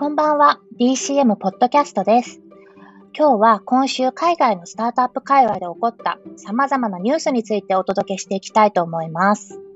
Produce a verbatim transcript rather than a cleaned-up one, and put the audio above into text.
こんばんは、ディーシーエム ポッドキャストです。今日は今週海外のスタートアップ界隈で起こった様々なニュースについてお届けしていきたいと思います。